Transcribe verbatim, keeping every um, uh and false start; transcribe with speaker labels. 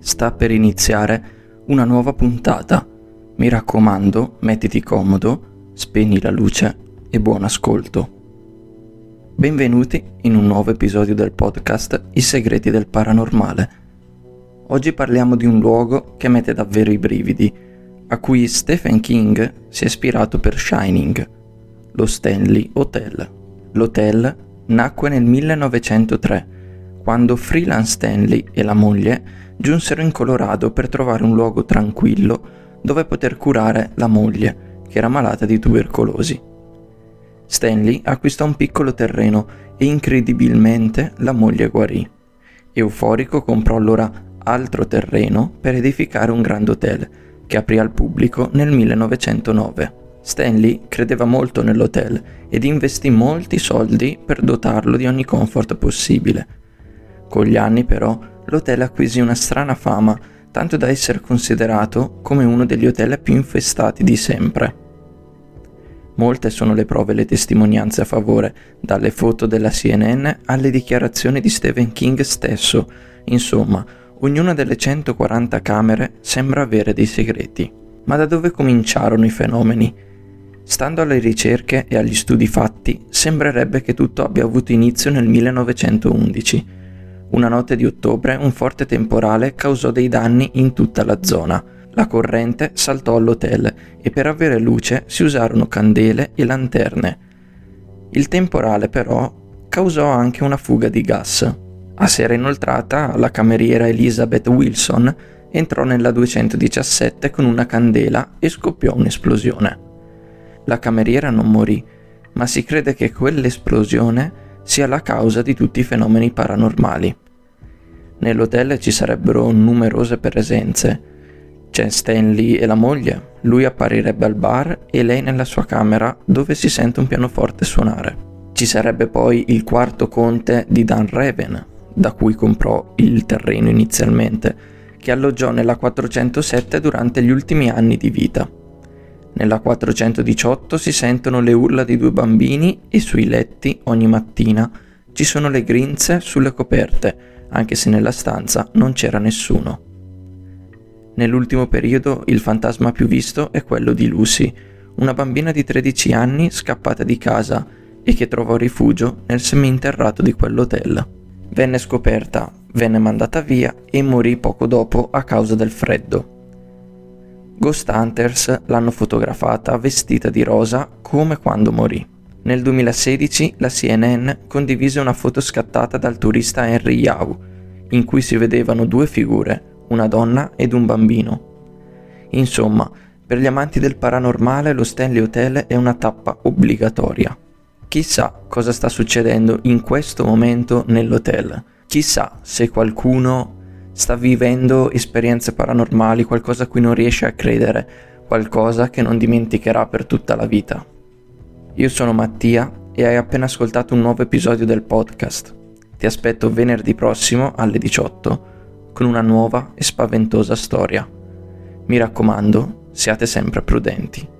Speaker 1: sta per iniziare una nuova puntata. Mi raccomando, mettiti comodo, spegni la luce e buon ascolto. Benvenuti in un nuovo episodio del podcast I segreti del paranormale. Oggi parliamo di un luogo che mette davvero i brividi, a cui Stephen King si è ispirato per Shining, lo Stanley Hotel. L'hotel nacque nel millenovecentotre, quando Freeland Stanley e la moglie giunsero in Colorado per trovare un luogo tranquillo dove poter curare la moglie, che era malata di tubercolosi. Stanley acquistò un piccolo terreno e incredibilmente la moglie guarì. Euforico comprò allora altro terreno per edificare un grande hotel che aprì al pubblico nel millenovecentonove. Stanley credeva molto nell'hotel ed investì molti soldi per dotarlo di ogni comfort possibile. Con gli anni però l'hotel acquisì una strana fama, tanto da essere considerato come uno degli hotel più infestati di sempre. Molte sono le prove e le testimonianze a favore, dalle foto della C N N alle dichiarazioni di Stephen King stesso. Insomma, ognuna delle centoquaranta camere sembra avere dei segreti. Ma da dove cominciarono i fenomeni? Stando alle ricerche e agli studi fatti, sembrerebbe che tutto abbia avuto inizio nel millenovecentoundici. Una notte di ottobre un forte temporale causò dei danni in tutta la zona. La corrente saltò all'hotel e per avere luce si usarono candele e lanterne. Il temporale però causò anche una fuga di gas. A sera inoltrata la cameriera Elizabeth Wilson entrò nella duecentodiciassette con una candela e scoppiò un'esplosione. La cameriera non morì, ma si crede che quell'esplosione sia la causa di tutti i fenomeni paranormali. Nell'hotel ci sarebbero numerose presenze. C'è Stanley e la moglie, lui apparirebbe al bar e lei nella sua camera dove si sente un pianoforte suonare. Ci sarebbe poi il quarto conte di Dunraven, da cui comprò il terreno inizialmente, che alloggiò nella quattrocentosette durante gli ultimi anni di vita. Nella quattrocentodiciotto si sentono le urla di due bambini e sui letti ogni mattina ci sono le grinze sulle coperte, anche se nella stanza non c'era nessuno. Nell'ultimo periodo il fantasma più visto è quello di Lucy, una bambina di tredici anni scappata di casa e che trovò rifugio nel seminterrato di quell'hotel. Venne scoperta, venne mandata via e morì poco dopo a causa del freddo. Ghost Hunters l'hanno fotografata vestita di rosa come quando morì. Nel duemilasedici la C N N condivise una foto scattata dal turista Henry Yao, in cui si vedevano due figure, una donna ed un bambino. Insomma, per gli amanti del paranormale lo Stanley Hotel è una tappa obbligatoria. Chissà cosa sta succedendo in questo momento nell'hotel. Chissà se qualcuno sta vivendo esperienze paranormali, qualcosa a cui non riesce a credere, qualcosa che non dimenticherà per tutta la vita. Io sono Mattia e hai appena ascoltato un nuovo episodio del podcast. Ti aspetto venerdì prossimo alle diciotto con una nuova e spaventosa storia. Mi raccomando, siate sempre prudenti.